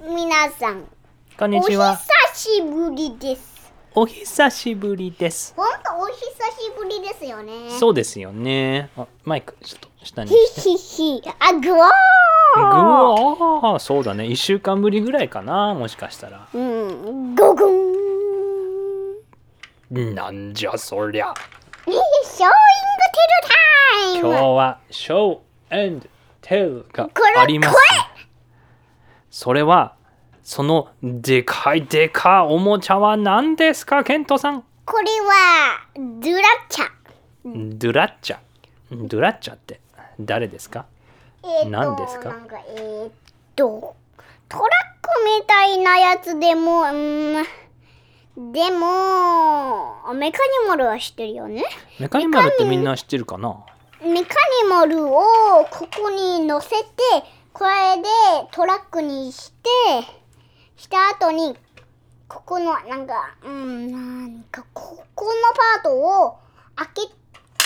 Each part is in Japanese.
皆さん、 こんにちは。 お久しぶりです。 お久しぶりです。 ほんとお久しぶりですよね。 そうですよね。あ、マイクちょっと下にひして。 ひひ。あ、ぐわぐー。 わー、そうだね。1週間ぶりぐらいかな、もしかしたら。 ゴグン。 なんじゃそりゃ。 ショーイングテルタイム。 今日はショー&テルがあります。それは、そのでかいでかおもちゃは何ですか、ケントさん。 これはドゥラッチャ。 ドゥラッチャ。ドゥラッチャって誰ですか？何ですか？ なんかトラックみたいなやつでも、でもメカニマルは知ってるよね。 メカニマルってみんな知ってるかな？ メカニマルをここに乗せて、これでトラックにした後にここのなんかここのパートを開けて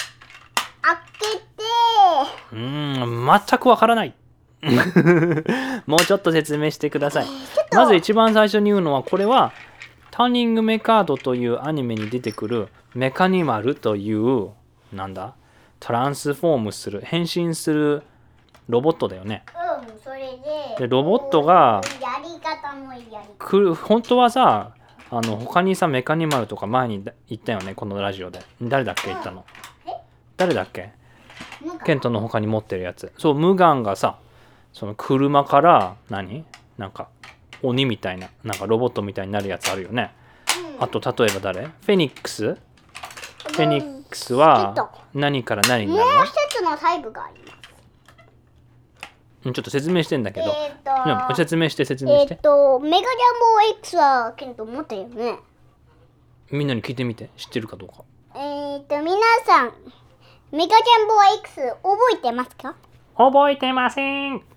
全くわからない。もうちょっと説明してください。まず一番最初に言うのは、これはターニングメカードというアニメに出てくるメカニマルというトランスフォームする変身するロボットだよね。 それでロボットがやり方も本当はさ、他にさメカニマルとか前に言ったよね、このラジオで。誰だっけ言ったの？誰だっけ？ケントの他に持ってるやつ。そう、ムガンがさ、その車からなんか鬼みたいな、なんかロボットみたいになるやつあるよね。あと例えば誰？フェニックス？フェニックスは何から何になるの？ もう一つのタイプがあります。 ちょっと説明してんだけど。説明して。 メガジャンボ X はケント持ってるよね。 みんなに聞いてみて、知ってるかどうか。 皆さん、メガジャンボ X 覚えてますか？ 覚えてません。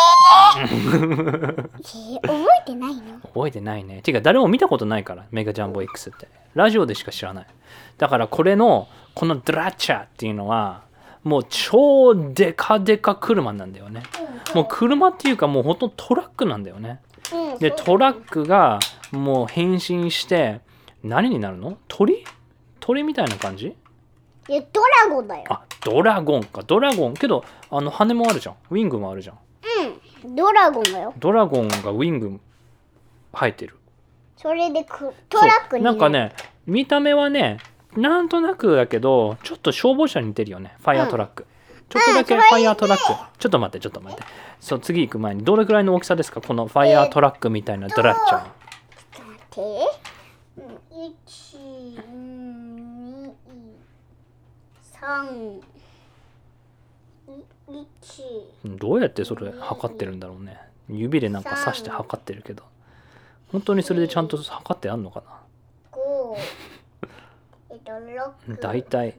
覚えてないの？ 覚えてないね。てか誰も見たことないから、メガジャンボ X って。ラジオでしか知らない。だからこのドラッチャーっていうのは、もう超デカデカ車なんだよね。もう車っていうかもうほんとトラックなんだよね。で、トラックがもう変身して何になるの？鳥みたいな感じ？ いや、ドラゴンだよ。 あ、ドラゴンか。ドラゴン。けど、羽もあるじゃん。ウィングもあるじゃん。 ドラゴンだよ。 ドラゴンがウィング生えてる。 それでトラックになんかね、見た目はね、なんとなくだけど、ちょっと消防車に似てるよね。ファイアートラック。ちょっとだけファイアートラック。ちょっと待って。そう、次行く前に、どれくらいの大きさですか？このファイアートラックみたいなドラッチャー。 ちょっと待って。1、2、3、1。 どうやってそれ測ってるんだろうね。指でなんか刺して測ってるけど。本当にそれでちゃんと測ってあんのかな ？5、6、 大体。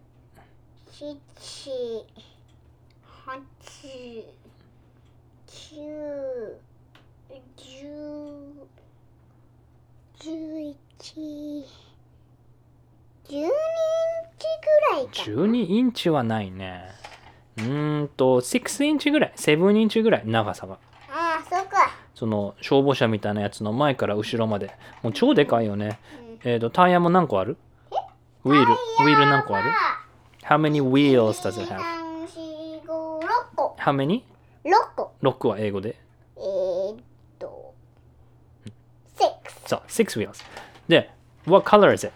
7、8、9、10、11、12インチぐらいかな。 12インチはないね。6インチぐらい、7インチぐらい、長さが。 ああ、そうか。 その消防車みたいなやつの前から後ろまで。もう超でかいよね。タイヤも何個ある？ウィール何個ある？ How many wheels does it have? 3、4、5、6個。 How many? 6個。 6は英語で。 6。 そう、6 wheels。で、what color is it?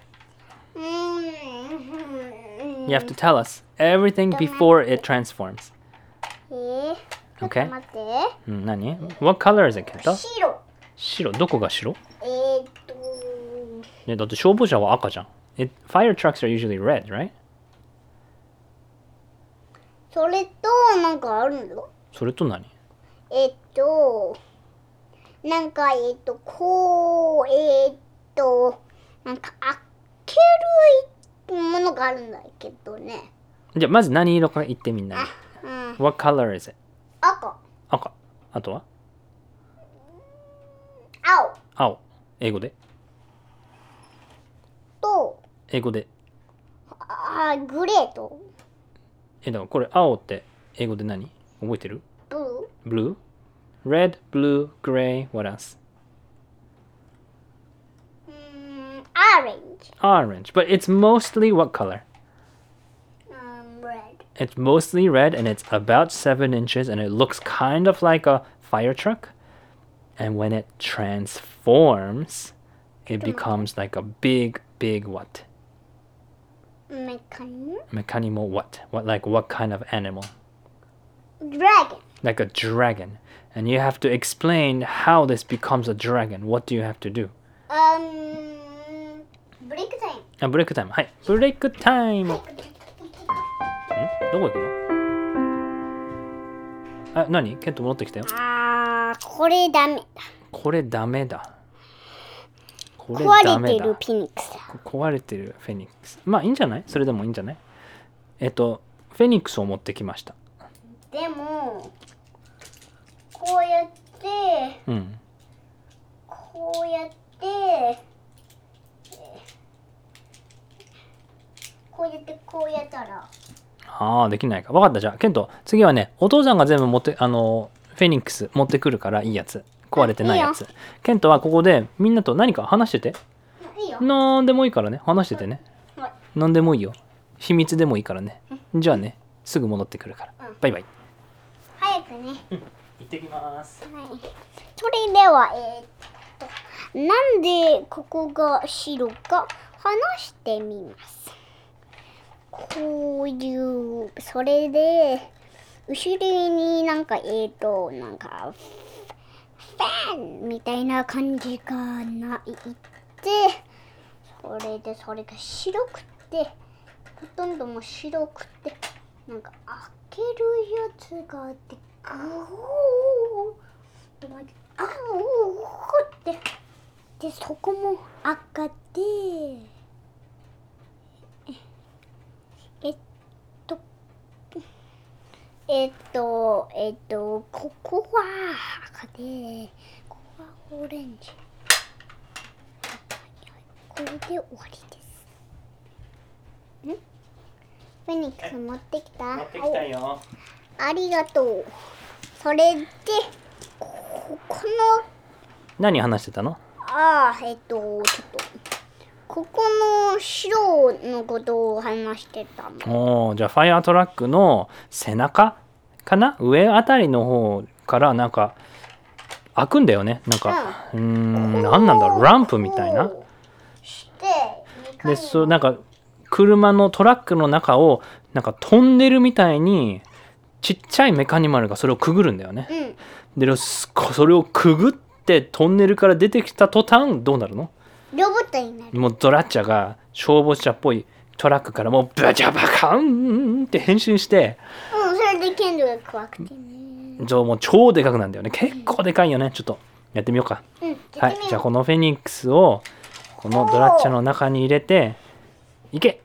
You have to tell us everything before it transforms. ちょっと Okay? 待って。 何？ What color is it, ケント？ 白。 どこが白？ね、だって消防車は赤じゃん。Fire trucks are usually red, right? それとなんかあるの？ それと何？ なんかなんか開けるものがあるんだけどね。 じゃあまず何色か言ってみんなに。What color is it? 赤。 あとは？ 青。 英語で？ と英語で。 グレーと。 だからこれ青って英語で何？覚えてる？ ブルー。 Blue? Red, blue, gray, what else? Orange. But it's mostly what color? Red. It's mostly red and it's about 7 inches and it looks kind of like a fire truck. And when it transforms, it becomes like a big what? Mechanimo what? What kind of animal? Dragon. Like a dragon. And you have to explain how this becomes a dragon. What do you have to do? Break time. ブレイクタイム。はい。ブレイクタイム。どこ行くの？何？ケント戻ってきたよ。 これダメだ。 これダメだ。 壊れてるフェニックスだ。 壊れてるフェニックス。まあいいんじゃない？それでもいいんじゃない？フェニックスを持ってきました。 でもこうやって、こうやってこうやったらできないか。分かった。じゃあケント次はね、お父さんが全部持ってフェニックス持ってくるから、いいやつ、壊れてないやつ。ケントはここでみんなと何か話してて。 いいよ。 なんでもいいからね、話しててね。なんでもいいよ。秘密でもいいからね。じゃあね、すぐ戻ってくるから。バイバイ。 早くね。 行ってきます。 それではなんでここが白か話してみます。こういうそれで後ろになんかファンみたいな感じがないて、それが白くてほとんども白くてなんか開けるやつがあってグーってでそこも赤でここは赤でここはオレンジ。これで終わりです。フェニックス持ってきた？ 持ってきたよ。 ありがとう。それでこの何話してたの？ ちょっとここの白のことを話してたの。 じゃあファイアートラックの背中かな、上あたりの方からなんか開くんだよね。なんか何なんだろう、ランプみたいな。でなんか車のトラックの中をなんかトンネルみたいにちっちゃいメカニマルがそれをくぐるんだよね。でそれをくぐってトンネルから出てきた途端どうなるの？ ロボットになる。 もうドラッチャが消防車っぽいトラックからもうバチャバカンって変身して、 それでケンドが怖くてね。 もう超でかくなんだよね。結構でかいよね。ちょっとやってみようか。はい、じゃあこのフェニックスをこのドラッチャの中に入れていけ。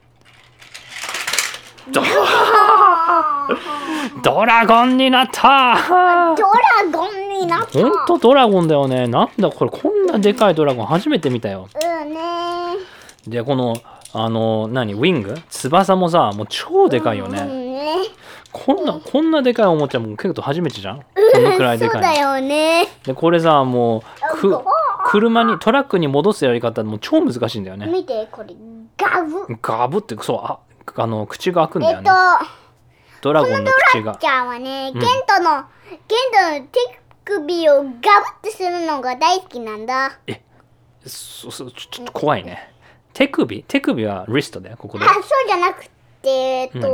ドラゴンになった。 ドラゴンになった。 ほんとドラゴンだよね。なんだこれ、こんなでかいドラゴン初めて見たよ。でこのウィング翼もさ、もう超でかいよね。こんなでかいおもちゃも結構初めてじゃん。このくらいでかい。 そうだよね。 でこれさ、もう車にトラックに戻すやり方も超難しいんだよね。 見てこれガブってそう口が開くんだよね。ドラゴンの口が。 ドラッチャーはね、ケントの手首をガブってするのが大好きなんだ。 ちょっと怖いね。手首はリストだよ、ここで。 そうじゃなくてフィン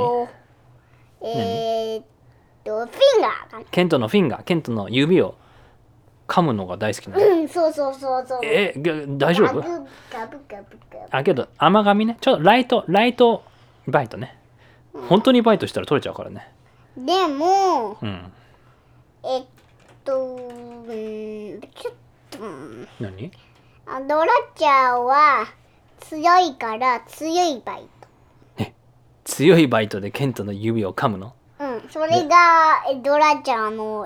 ガーかな。 ケントのフィンガー、ケントの指を噛むのが大好きなの。 そう。 大丈夫？ ガブガブ。 けど甘噛みね。ちょっとライトバイトね。本当にバイトしたら取れちゃうからね。 でも、ちょっと何？ ドラッチャーは強いから強いバイト。 強いバイトでケントの指を噛むの？ それがドラッチャーの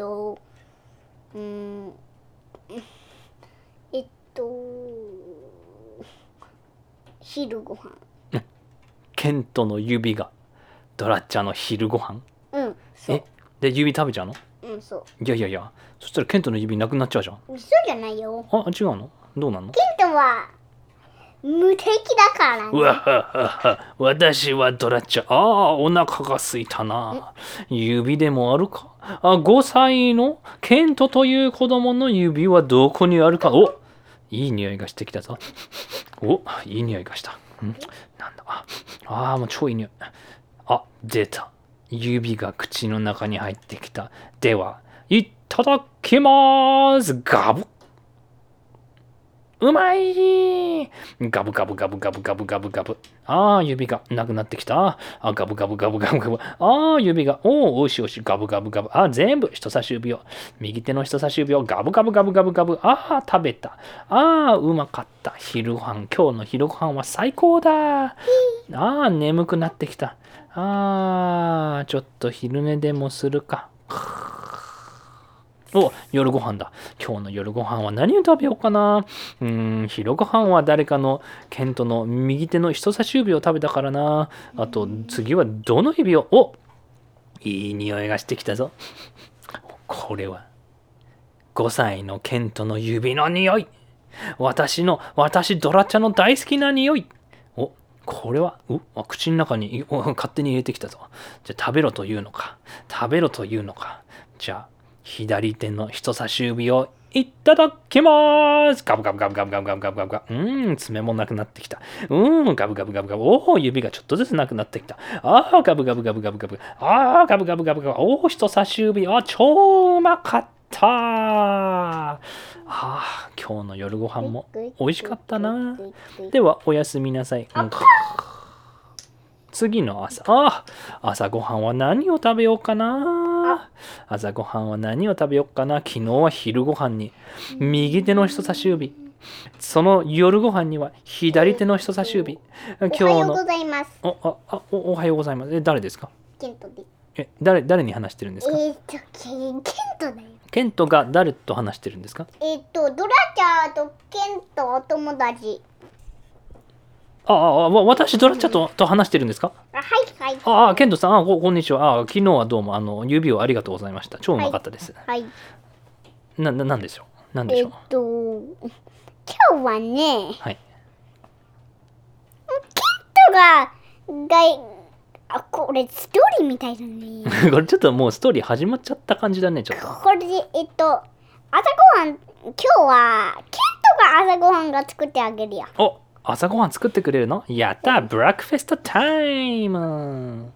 昼ご飯。 ケントの指がドラッチャーの昼ご飯？ そう。 で指食べちゃうの？ そう。 いや、そしたらケントの指なくなっちゃうじゃん。 そうじゃないよ。 違うの？どうなの？ ケントは無敵だからね。 うわははは、私はドラッチャ。ああ、お腹が空いたな。指でもあるか。5歳のケントという子供の指はどこにあるか。お、いい匂いがしてきたぞ。お、いい匂いがした。なんだ。もう超いい匂い。出た。指が口の中に入ってきた。では、いただきます。ガブ。うまい。ガブガブガブガブガブガブガブ。指がなくなってきた。ガブガブガブガブガブ。指が。おいしいおいしい。ガブガブガブ。全部人差し指を。右手の人差し指をガブガブガブガブガブ。食べた。うまかった。昼ごはん。今日の昼ごはんは最高だ。眠くなってきた。ちょっと昼寝でもするか。夜ご飯だ。今日の夜ご飯は何を食べようかな。昼ご飯は誰かのケントの右手の人差し指を食べたからな。あと次はどの指を。いい匂いがしてきたぞ。これは5歳のケントの指の匂い。私ドラチャの大好きな匂い。これは口の中に勝手に入れてきたぞ。じゃあ食べろというのか。じゃあ左手の人差し指をいただきます。ガブガブガブガブガブガブガブガブガブ。爪もなくなってきた。ガブガブガブガブ。指がちょっとずつなくなってきた。ガブガブガブガブガブ。ガブガブガブガブ。人差し指。超うまかった。今日の夜ご飯も美味しかったな。ではおやすみなさい。次の朝ごはんは何を食べようかな。昨日は昼ごはんに右手の人差し指。その夜ごはんには左手の人差し指。 おはようございます。 おはようございます。誰ですか？ ケントで。 誰に話してるんですか？ ケントだよ。 ケントが誰と話してるんですか？ ドラチャーとケントお友達。 私ドラチャと話してるんですか？ はい。 ケントさん、こんにちは。昨日はどうも指をありがとうございました。超うまかったです。 はい。 なんでしょう。今日はね。 はい。 ケントがこれストーリーみたいだね。 これちょっともうストーリー始まっちゃった感じだね、ちょっと。 これで朝ごはん、今日はケントが朝ごはんが作ってあげるよ。 朝ごはん作ってくれるの？やった、ブラックフェストタイム。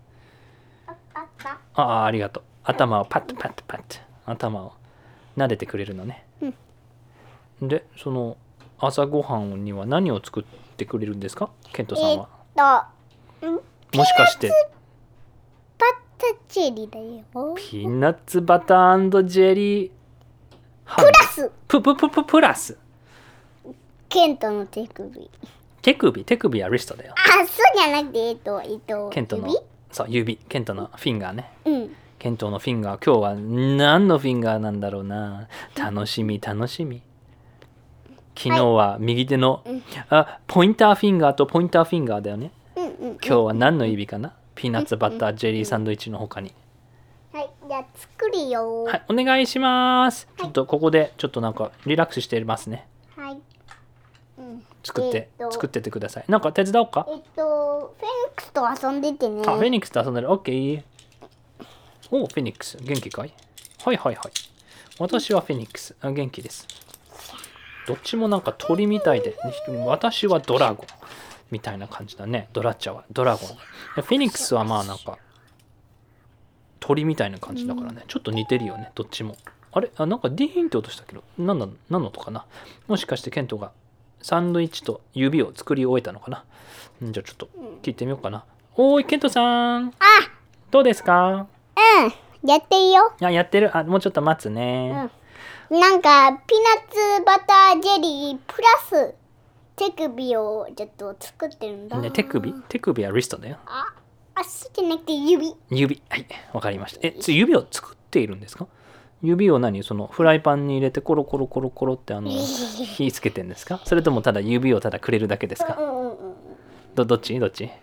ありがとう。頭をパッと頭を撫でてくれるのね。で、その朝ごはんには何を作ってくれるんですか？ケントさんは。もしかしてバタージェリーだよ。 ピーナッツバター&ジェリープラスプラスケントの手首はリストだよ。 そうじゃなくてケントの指。ケントのフィンガーね。ケントのフィンガー。今日は何のフィンガーなんだろうな。楽しみ。昨日は右手の、ポインターフィンガーとポインターフィンガーだよね。今日は何の指かな？ピーナッツバタージェリーサンドイッチの他に。 はい、じゃあ作るよ。 はい、お願いします。ちょっとここでちょっとなんかリラックスしてますね。 はい。 作っててください。なんか手伝おうか？ フェニックスと遊んでてね。 フェニックスと遊んでる。オッケー。フェニックス元気かい？はい。私はフェニックス元気です。どっちもなんか鳥みたいで、私はドラゴンみたいな感じだね。ドラッチャはドラゴン。フェニックスはまあなんか鳥みたいな感じだからね。ちょっと似てるよね、どっちも。なんかディーンって音したけど、何の音かな？もしかしてケントがサンドイッチと指を作り終えたのかな？じゃあちょっと聞いてみようかな。おーい、ケントさん。どうですか？ やっていいよ。 やってる。もうちょっと待つね。 なんかピーナッツバタージェリープラス手首をちょっと作ってるんだ。 手首はリストだよ。 そうじゃなくて指。 はい、わかりました。指を作っているんですか？指をそのフライパンに入れてコロコロって火つけてるんですか？それともただ指をくれるだけですか？どっち？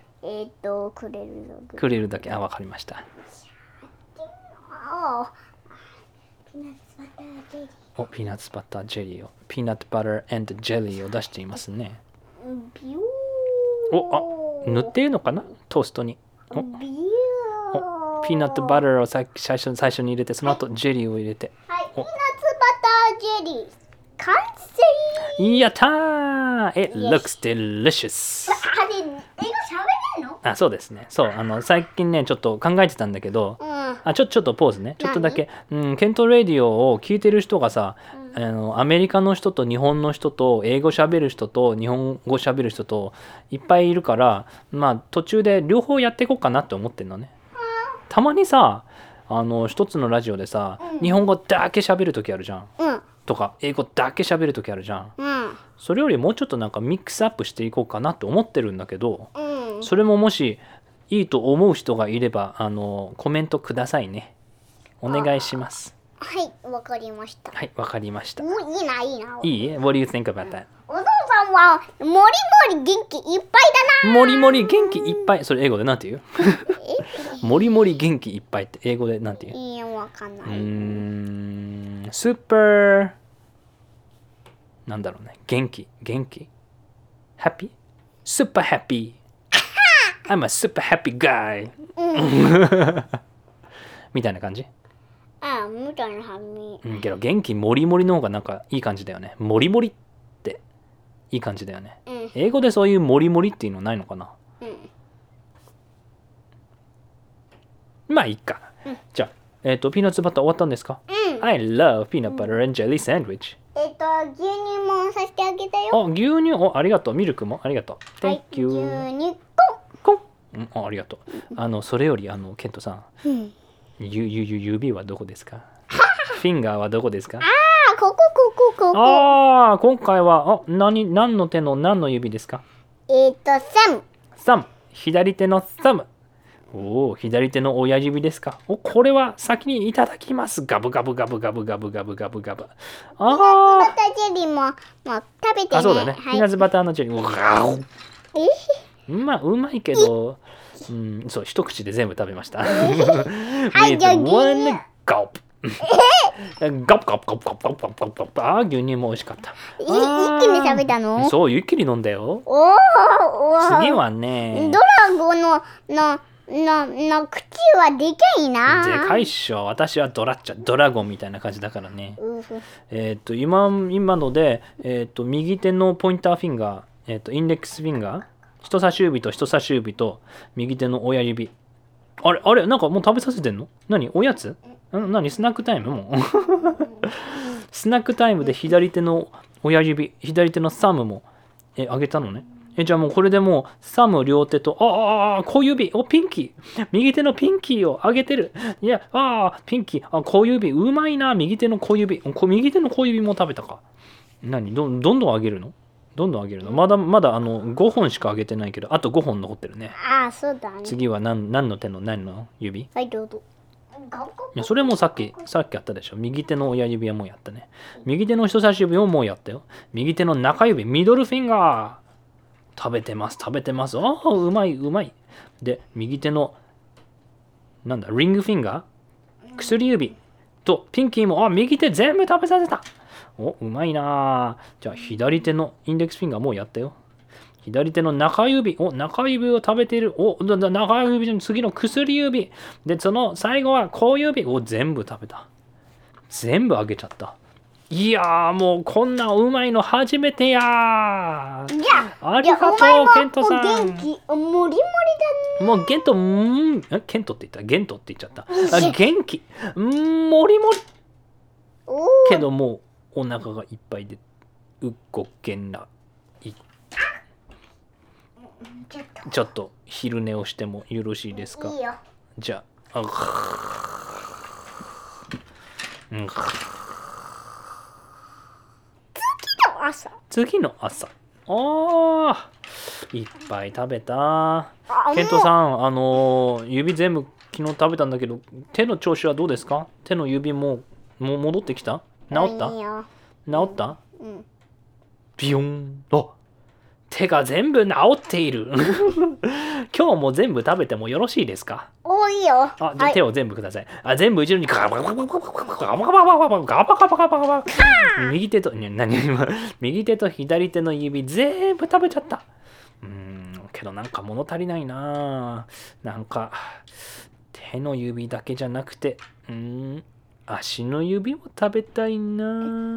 くれるだけ。わかりました。ピーナッツバタージェリーをピーナッツバター&ジェリーを出していますね。 ビュー。 お、塗っているのかなトーストに。 ビュー。 ピーナッツバターを最初に入れて、その後ジェリーを入れて。 はい、ピーナッツバタージェリー。完成。 やったー !It looks delicious! あれ、英語喋れんの？ あ、そうですね。そう、最近ね、ちょっと考えてたんだけど、ちょっとポーズね。ちょっとだけ、ケントレディオを聞いてる人がさ、アメリカの人と日本の人と英語喋る人と日本語喋る人といっぱいいるから、まあ途中で両方やっていこうかなって思ってるのね。たまにさ、一つのラジオでさ、日本語だけ喋る時あるじゃん。とか英語だけ喋る時あるじゃん。それよりもうちょっとなんかミックスアップしていこうかなって思ってるんだけど、それももしいいと思う人がいればコメントくださいね。お願いします。 はい、わかりました。 はい、わかりました。 もういいな、いいな。 いい？ What do you think about that? お父さんはもりもり元気いっぱいだな。 もりもり元気いっぱい。それ英語でなんて言う？もりもり元気いっぱいって英語でなんて言う？ いや、わかんない。 スーパーなんだろうね。元気 Happy? Super happy. I'm a super happy guy. みたいな感じ？ あ、みたいな感じ。 けど元気もりもりの方がなんかいい感じだよね。もりもりっていい感じだよね。英語でそういうもりもりっていうのないのかな？まあいいか。じゃあ、ピーナッツバター終わったんですか？I love peanut butter and jelly sandwich. 牛乳もさせてあげたよ。 牛乳ありがとう。ミルクもありがとう。 はい、 Thank you. 牛乳コン。ありがとう。それよりケントさん、指はどこですか？フィンガーはどこですか？ ここ。 今回は何の手の何の指ですか？ サム。 左手のサム。左手の親指ですか？これは先にいただきます。ガブガブガブガブガブガブガブガブ。 ピーナッツバタージェリーも食べてね。 そうだね。ピーナッツバターのジェリー。うまいけど、そう、一口で全部食べました。 はい、じゃあ牛乳。 ガブガブガブガブガブガブガブガブ。牛乳も美味しかった。 一気に食べたの？ そう、ゆっくり飲んだよ。次はね。 ドラゴンの口はでかいな。 でかいっしょ。私はドラゴンみたいな感じだからね。今ので、右手のポインターフィンガー、インデックスフィンガー、人差し指と人差し指と右手の親指。あれなんかもう食べさせてんの？何？おやつ？何？スナックタイムもスナックタイムで左手の親指、左手のサムもあげたのね。じゃあもうこれでもうサム両手と小指ピンキー右手のピンキーを上げてる。いやピンキー小指うまいな。右手の小指右手の小指も食べたか。何どんどん上げるの？まだ5本しか上げてないけどあと5本残ってるね。 そうだね。 次は何の手の何の指？ はい、どうぞ。 いやそれもさっきやったでしょ。右手の親指はもうやったね。右手の人差し指ももうやったよ。右手の中指ミドルフィンガー食べてます。うまい。で右手のリングフィンガー薬指とピンキーも右手全部食べさせた。うまいな。じゃあ左手のインデックスフィンガーもうやったよ。左手の中指を食べている。中指の次の薬指でその最後は小指を全部食べた。全部あげちゃった。いやーもうこんなうまいの初めてやー。ありがとうケントさん。 元気もりもりだね。 もうケントって言っちゃった。元気もりもりけどもうお腹がいっぱいで動けない。ちょっと昼寝をしてもよろしいですか？ いいよ。 じゃあ次の朝いっぱい食べた。ケントさん指全部昨日食べたんだけど手の調子はどうですか？手の指もう戻ってきた？治った？ビヨン。手が全部治っている。今日も全部食べてもよろしいですか？ もういいよ。 あ、じゃあ手を全部ください。あ、全部一度にガバガバガバガバガバガバガバガバガバガバ。右手と、何今、右手と左手の指全部食べちゃった。けどなんか物足りないな。なんか手の指だけじゃなくて、足の指も食べたいな。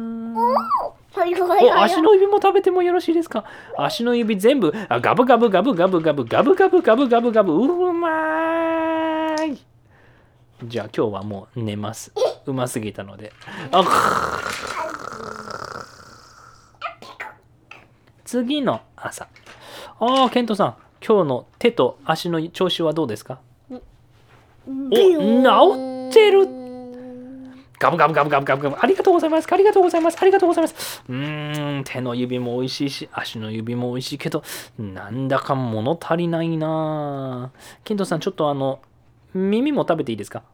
足の指も食べてもよろしいですか？足の指全部ガブガブガブガブガブガブガブガブガブガブ、うまい。じゃあ今日はもう寝ます。うますぎたので。次の朝。ケントさん、今日の手と足の調子はどうですか？治ってる。ガブガブガブガブガブガブ。ありがとうございます。ありがとうございます。ありがとうございます。手の指も美味しいし、足の指も美味しいけど、なんだか物足りないな。ケントさん、ちょっと耳も食べていいですか？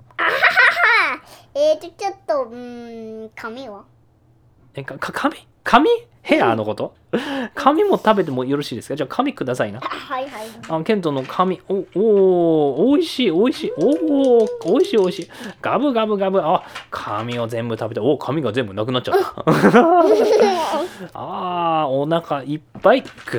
ちょっと、髪は？ 髪ヘアのこと？髪も食べてもよろしいですか？じゃあ髪くださいな。 はいはい。 ケントの髪、おいしい、おいしい、おいしい、おいしい。ガブガブガブ。髪を全部食べて、髪が全部なくなっちゃった。お腹いっぱい。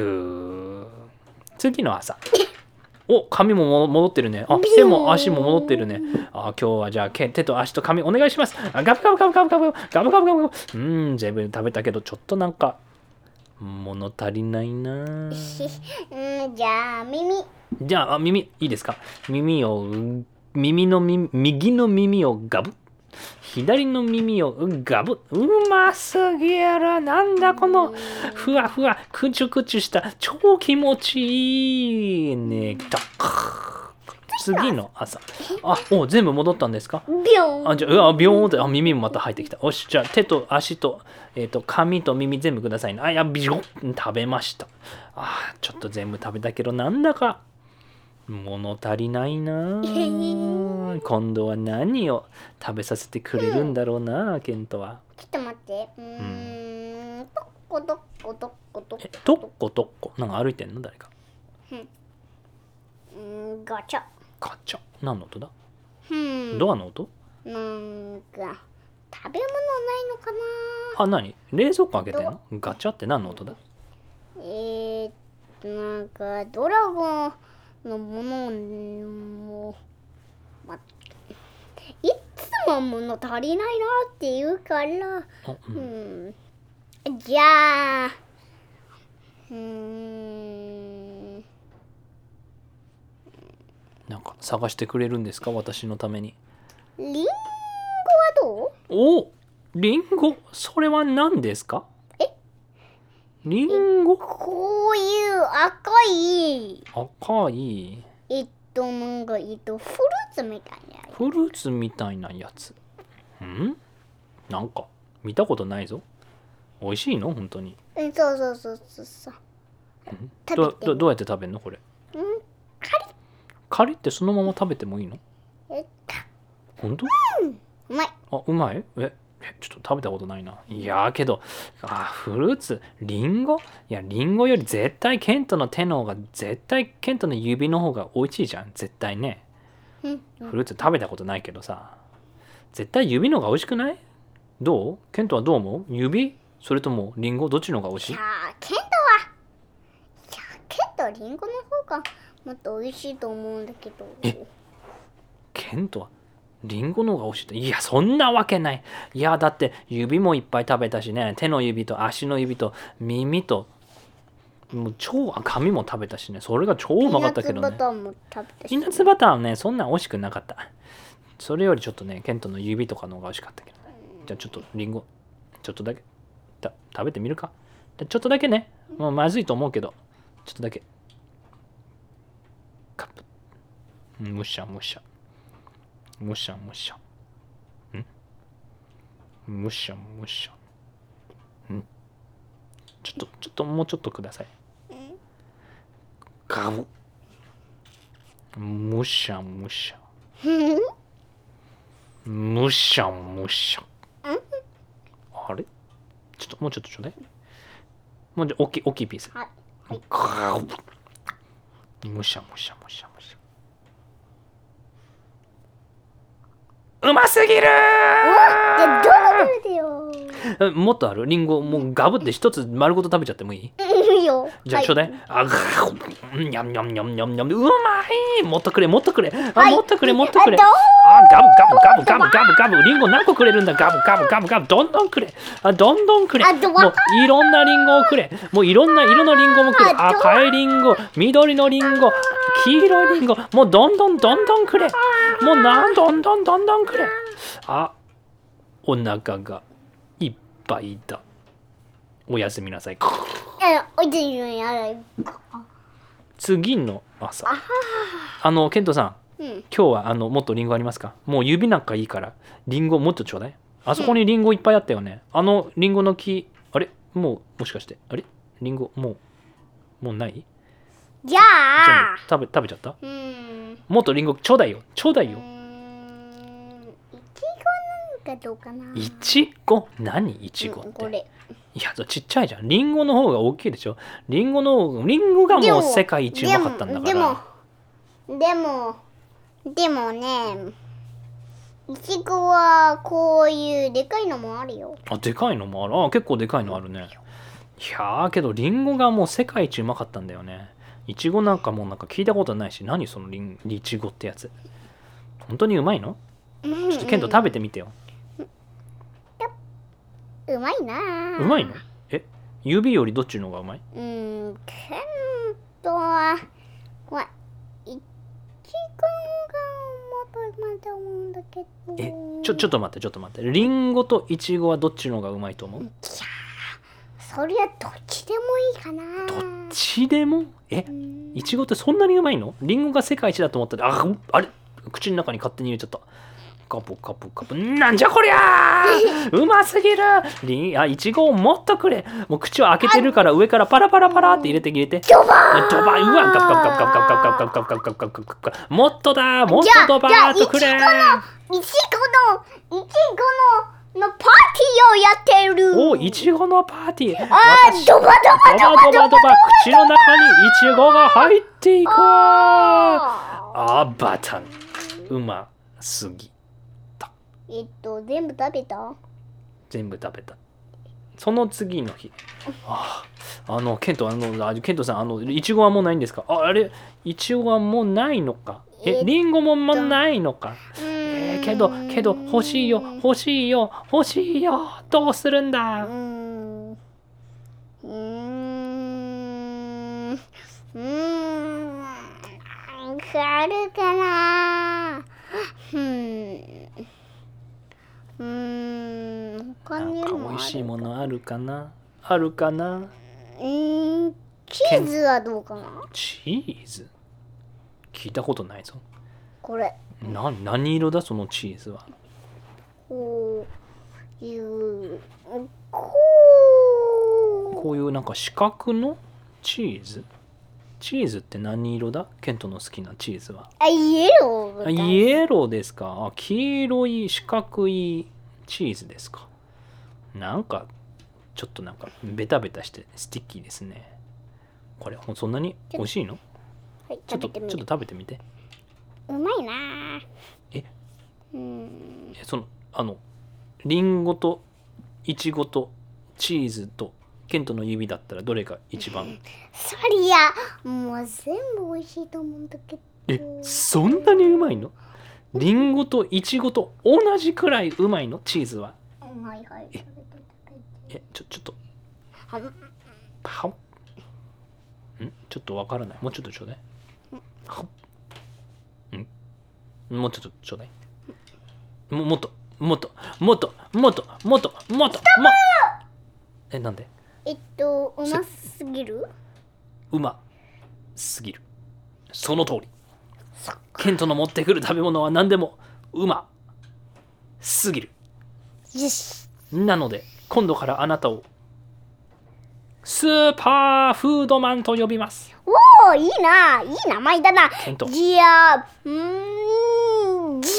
次の朝。髪も戻ってるね。手も足も戻ってるね。今日はじゃあ手と足と髪お願いします。ガブガブガブガブガブガブガブガブガブ。全部食べたけどちょっとなんか物足りないな。 じゃあ耳。 じゃあ耳いいですか？右の耳をガブ。左の耳をガブ。うますぎる。なんだこのふわふわくちゅくちゅした超気持ちいいね。次の朝。全部戻ったんですか？ ビョン。 じゃあビョーンって耳もまた入ってきた。よし、じゃあ手と足と髪と耳全部くださいね。ビョン食べました。ちょっと全部食べたけどなんだか物足りないな。今度は何を食べさせてくれるんだろうな、ケントは。 ちょっと待って。どっこどっこどっこどっこ。 どっこどっこ。なんか歩いてんの誰か。 ガチャ。 ガチャ。何の音だ？ ドドアの音？ なんか食べ物ないのかな。 何？冷蔵庫開けてんの？ガチャって何の音だ？ なんかドラゴンのものも、いつも物足りないなって言うから、じゃあなんか探してくれるんですか？私のために。 リンゴはどう？ リンゴ、それは何ですか？リンゴ？ こういう赤いなんかフルーツみたいなやつ。 フルーツみたいなやつ。なんか見たことないぞ。美味しいの？本当に。 そう。 どうやって食べるのこれ？カリってそのまま食べてもいいの？本当？ うまい。 うまい？ちょっと食べたことないな。いやけどフルーツ、リンゴ？リンゴより絶対ケントの手の方が、絶対ケントの指の方が美味しいじゃん。絶対ね。フルーツ食べたことないけどさ、絶対指の方が美味しくない？どう？ケントはどう思う？指？それともリンゴ？どっちの方が美味しい？ ケントはリンゴの方がもっと美味しいと思うんだけど。 ケントはリンゴの方が美味しいって？いや、そんなわけない。いや、だって指もいっぱい食べたしね。手の指と足の指と耳ともう髪も食べたしね。それが超うまかったけどね。 ピーナッツバターも食べたし。 ピーナッツバターはね、そんな美味しくなかった。それよりちょっとね、ケントの指とかの方が美味しかったけどね。じゃあちょっとリンゴちょっとだけ食べてみるか。ちょっとだけね。もうまずいと思うけど、ちょっとだけ。カップ。むしゃむしゃ。むしゃむしゃ。むしゃむしゃ。ちょっともうちょっとください。ガブ。むしゃむしゃ。むしゃむしゃ。あれ？もうちょっとちょうだい。もう大きいピース。ガブ。むしゃむしゃむしゃむしゃ。 うますぎるじゃあどう食べてよ。 もっとあるリンゴもうガブって一つ丸ごと食べちゃってもいい？ いいよ。 じゃあちょうだい。あ、にゃんにゃんにゃんにゃんにゃん。うまい。もっとくれもっとくれ。あ、もっとくれもっとくれ。あ、ガブガブガブガブガブガブ。リンゴ何個くれるんだ。ガブガブガブガブ。どんどんくれ。あ、どんどんくれ。もういろんなリンゴをくれ。もういろんな色のリンゴもくれ。赤いリンゴ、緑のリンゴ、黄色いリンゴ。もうどんどんどんどんくれ。もうどんどんどんどんくれ。あ、お腹がいっぱいだ。おやすみなさい。次の朝。ケントさん、今日はもっとリンゴありますか？もう指なんかいいからリンゴもっとちょうだい。あそこにリンゴいっぱいあったよね。リンゴの木、あれもしかしてリンゴもうないじゃあ全部食べちゃった？もっとリンゴちょうだいよ。 いちごなんかどうかな。 いちご何いちごって、 これいやちっちゃいじゃん。リンゴの方が大きいでしょ。リンゴがもう世界一うまかったんだから。 でもね、いちごはこういうでかいのもあるよ。 あ、でかいのもある。結構でかいのあるね。いやけどリンゴがもう世界一うまかったんだよね。いちごなんかもうなんか聞いたことないし、何そのいちごってやつ。本当にうまいの？ちょっとケント食べてみてよ。 うまいな。 うまいの？指よりどっちの方がうまい？ ケントは、いちごがうまいと思うんだけど。 ちょっと待って。リンゴとイチゴはどっちの方がうまいと思う？ そりゃどっちでもいいかな。 どっちでも？イチゴってそんなにうまいの？リンゴが世界一だと思ったら、あれ口の中に勝手に入れちゃった。カプカプカプ、なんじゃこりゃーうますぎる。いちごをもっとくれ。もう口を開けてるから上からパラパラパラって入れてドバーうわガブガブガブガブガブガブガブガブガブガブガブガブ、もっとだもっとドバーっとくれ。 いちごのパーティーをやってる。 お、いちごのパーティー。 ドバドバドバドバ口の中にいちごが入っていく。バタンうますぎ。 全部食べた？ 全部食べた。その次の日、ケントさん、いちごはもうないんですか？いちごはもうないのか？リンゴももうないのか？けど欲しいよ。どうするんだ？ なんかあるかな。他にも美味しいものあるかな？ チーズはどうかな？ チーズ聞いたことないぞ。 これ何色だそのチーズは？ こういうなんか四角のチーズって何色だ？ケントの好きなチーズは。 イエロー。 イエローですか？黄色い四角いチーズですか？なんかちょっとなんかベタベタしてスティッキーですね。これそんなに美味しいの？ちょっと食べてみて。 うまいな。 リンゴとイチゴとチーズとケントの指だったらどれが一番？ そりゃもう全部美味しいと思うんだけど。 そんなにうまいの？リンゴとイチゴと同じくらいうまいの？チーズは。ちょっとちょっとわからない。もうちょっとちょうだい。もうちょっとちょうだい。もっとなんで？ うますぎる？ うますぎる。その通り。ケントの持ってくる食べ物は何でもうますぎる。 よし。 なので今度からあなたをスーパーフードマンと呼びます。 おー、いい名前だな。 ケント。 じゃ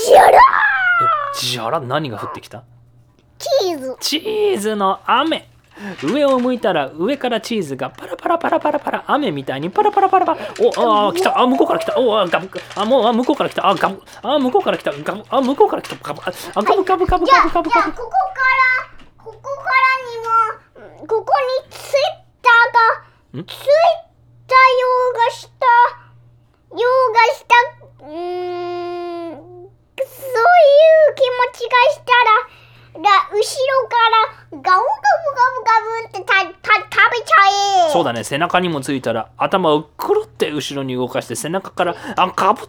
ら何が降ってきた？ チーズの雨。 上を向いたら上からチーズがパラパラパラパラパラ雨みたいにパラパラパラパラおあ来たあ向こうから来たおあガブあもう向こうから来たあガブあ向こうから来たガブあ向こうから来たガブあガブガブガブガブガブじゃあここからにもここにツイッターがツイッター用がしたそういう気持ちがしたら後ろからガブガブガブガブって食べちゃえ。 そうだね、背中にもついたら頭をくるって後ろに動かして背中からカブ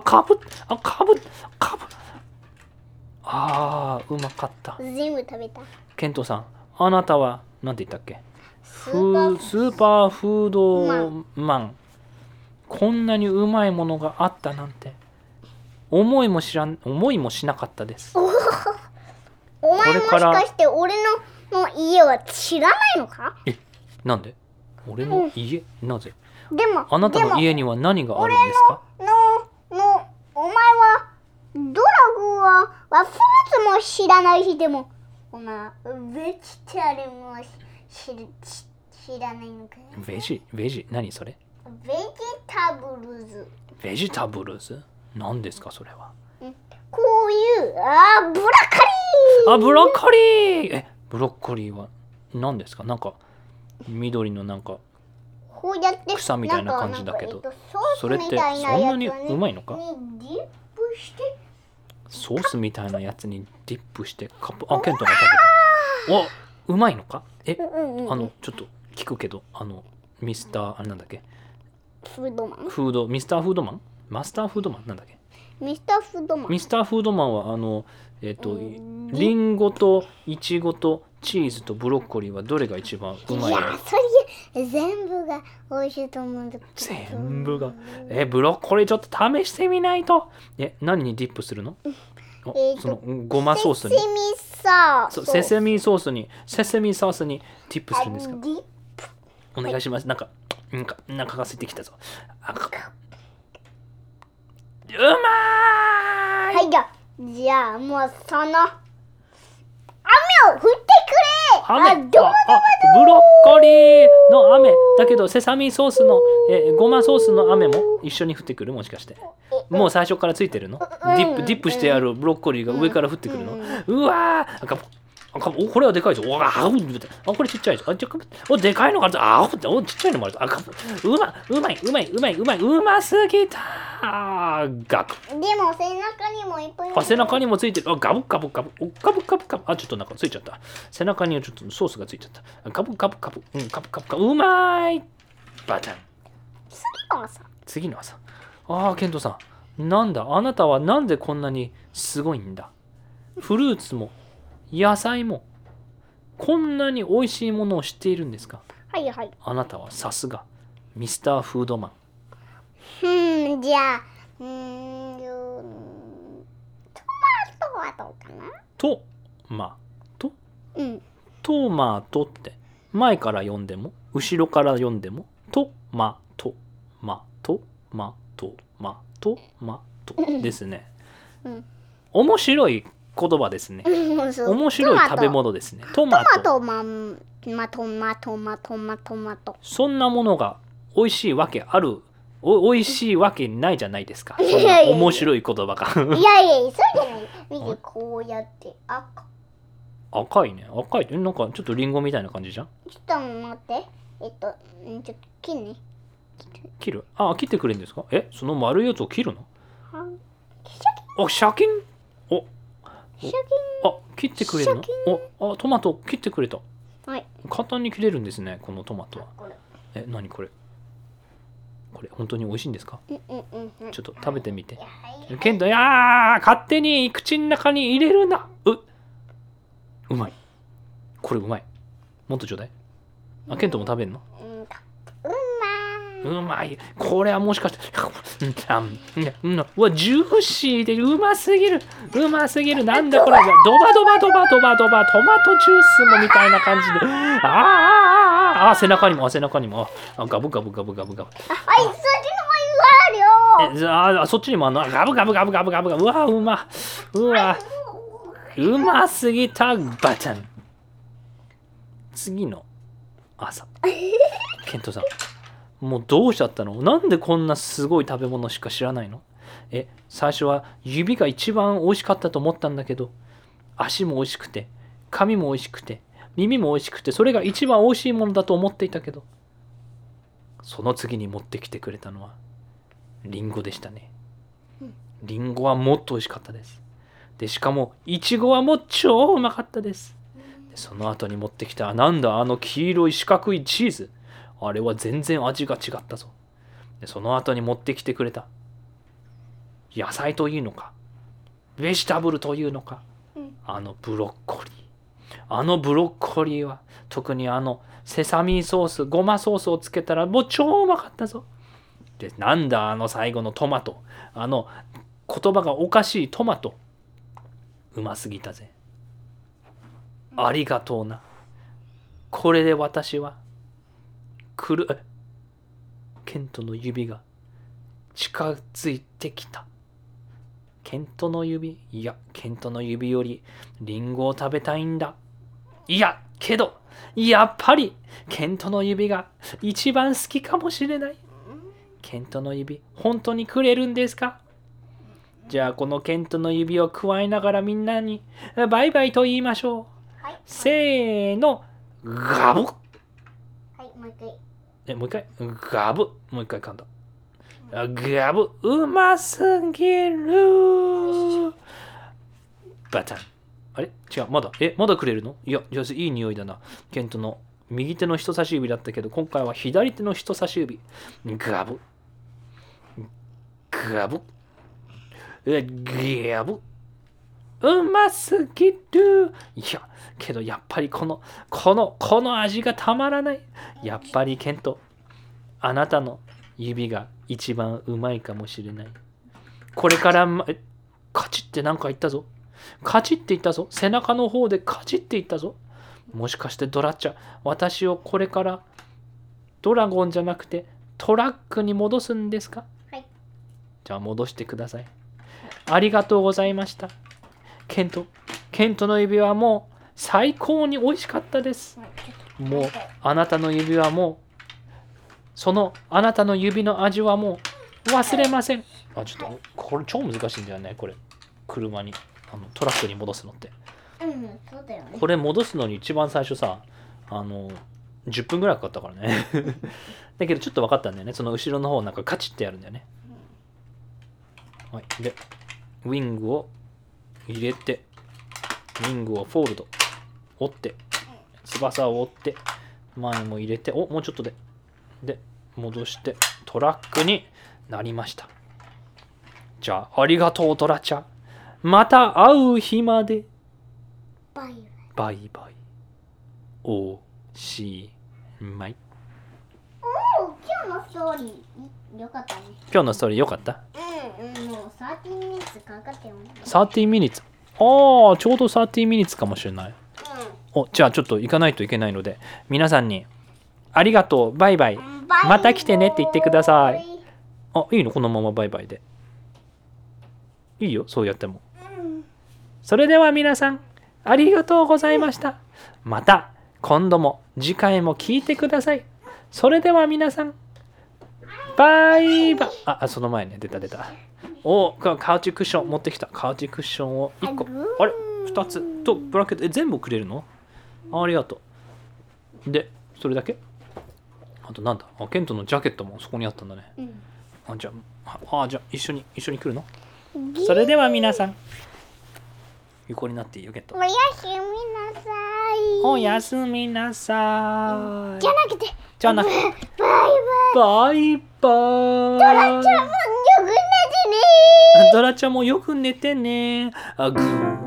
うまかった。 全部食べた。 ケントさん、あなたは何て言ったっけ？スーパーフードマン。こんなにうまいものがあったなんて思いもしなかったです。 お前もしかして俺の家は知らないのか？ なんで？俺の家、なぜ？ でもあなたの家には何があるんですか？ お前はドラゴンはフルーツも知らないし、でもお前ベジタルも知らないのか？ ベジ何それ？ ベジタブルズ。 ベジタブルズ？何ですかそれは？ こういうブロッコリー。 ブロッコリー。ブロッコリーは何ですか？なんか緑のなんかこうやって草みたいな感じだけど、それってそんなにうまいのか？ソースみたいなやつにディップしてカップケントが食べた。うまいのか？ちょっと聞くけどミスターなんだっけ？ フードマン？ ミスターフードマン？マスターフードマンなんだっけ？ ミスターフードマン。 ミスターフードマンはリンゴとイチゴとチーズとブロッコリーはどれが一番うまいの？いや、 それ全部が美味しいと思うんだけど。 全部がブロッコリーちょっと試してみないと。何にディップするの？そのごまソースに。セセミソースにディップするんですか？お願いします。なんかが空いてきたぞ。うまーい。 はい、じゃあもうその雨を降ってくれ。 ブロッコリーの雨だけどセサミソースのごまソースの雨も一緒に降ってくる？もしかしてもう最初からついてるの？ディップしてあるブロッコリーが上から降ってくるの？うわー、これはでかいぞ。これちっちゃいぞ。でかいのがあるぞ。ちっちゃいのもあるぞ。うますぎた。ガク。 でも背中にもいっぱい。 背中にもついてる。ガブ。ちょっとなんかついちゃった。背中にちょっとソースがついちゃった。ガブ。うまい。バタン。次の朝。ケントさん。なんだ、あなたはなんでこんなにすごいんだ。フルーツも野菜もこんなに美味しいものを知っているんですか？ はい。 あなたはさすがミスターフードマン。 じゃあトマトはどうかな？ トマトって前から読んでも後ろから読んでもトマトですね。面白い言葉ですね。面白い食べ物ですね。トマト。そんなものが美味しいわけ美味しいわけないじゃないですか。そんな面白い言葉が。 そうじゃない。見てこうやって赤いね。なんかちょっとリンゴみたいな感じじゃん。 ちょっと待って。ちょっと切るね。 切る？切ってくれるんですか？その丸いやつを切るの？シャキン。切ってくれるの？トマト切ってくれた。 はい。 簡単に切れるんですね、このトマトは。何これ？これ本当に美味しいんですか？ちょっと食べてみて。ケント、勝手に口の中に入れるな。うまい。これうまい。もっとちょうだい。ケントも食べるの？うまい。これはもしかしてジューシーでうますぎる。なんだこれ。ドバトマトジュースもみたいな感じで。背中にもガブ。 そっちのもあるよ。 そっちにもあんの。ガブ。うますぎたバタン。 次の朝ケントさんもうどうしちゃったの？なんでこんなすごい食べ物しか知らないの？最初は指が一番美味しかったと思ったんだけど、足も美味しくて髪も美味しくて耳も美味しくて、それが一番美味しいものだと思っていたけど、その次に持ってきてくれたのはリンゴでしたね。リンゴはもっと美味しかったです。でしかもイチゴはもう超うまかったです。でその後に持ってきたなんだあの黄色い四角いチーズ、あれは全然味が違ったぞ。でその後に持ってきてくれた野菜というのかベジタブルというのか、あのブロッコリー、あのブロッコリーは特にあのセサミソースごまソースをつけたらもう超うまかったぞ。でなんだあの最後のトマト、あの言葉がおかしいトマト、うますぎたぜ。ありがとうな。これで私はケントの指が近づいてきた。ケントの指よりリンゴを食べたいんだ。いやけどやっぱりケントの指が一番好きかもしれない。ケントの指本当にくれるんですか？じゃあこのケントの指をくわえながらみんなにバイバイと言いましょう。せーの、ガブ。 はい、もう一回。 ガブ。もう一回噛んだ。ガブ。うますぎる。バタン。あれ違う、まだくれるの？いや、いい匂いだな。ケントの右手の人差し指だったけど、今回は左手の人差し指。ガブ。ガブ。ガブ。うますぎる。いやけどやっぱりこの味がたまらない。やっぱりケント、あなたの指が一番うまいかもしれない。これからカチってなんか言ったぞ。カチって言ったぞ。背中の方でカチって言ったぞ。もしかしてドラッチャ、私をこれからドラゴンじゃなくてトラックに戻すんですか？ はい。 じゃあ戻してください。ありがとうございました。ケントの指はもう最高に美味しかったです。もうあなたの指はもうそのあなたの指の味はもう忘れません。ちょっとこれ超難しいんだよね。これ車にトラックに戻すのって。 そうだよね。 これ戻すのに一番最初さ10分ぐらいかかったからねだけどちょっと分かったんだよね。その後ろの方なんかカチッてやるんだよね。はい、でウィングを入れて、ウィングをフォールド折って翼を折って前も入れて、もうちょっとで戻してトラックになりました。じゃあありがとうトラちゃん、また会う日まで。 バイバイバイ。おしまい。 今日のストーリーよかったね。 今日のストーリーよかった？ もう13ミニッツかかってよ。 13ミニッツ。ちょうど13ミニッツかもしれない。じゃあちょっと行かないといけないので、皆さんにありがとう、バイバイ、また来てねって言ってください。いいの？このままバイバイでいいよ、そうやっても。それでは皆さんありがとうございました。また今度も次回も聞いてください。それでは皆さんバイバイ。その前ね、出た。カウチクッション持ってきた。カウチクッションを1個、あれ2つとブランケット、全部くれるの？ありがとう。でそれだけ？あとなんだ、ケントのジャケットもそこにあったんだね。じゃあ一緒に来るの？それでは皆さん横になっていいよ、ケント。 おやすみなさい。 おやすみなさい。 じゃなくてバイバイ。 ドラちゃんもよく寝てね。 ドラちゃんもよく寝てね。グー。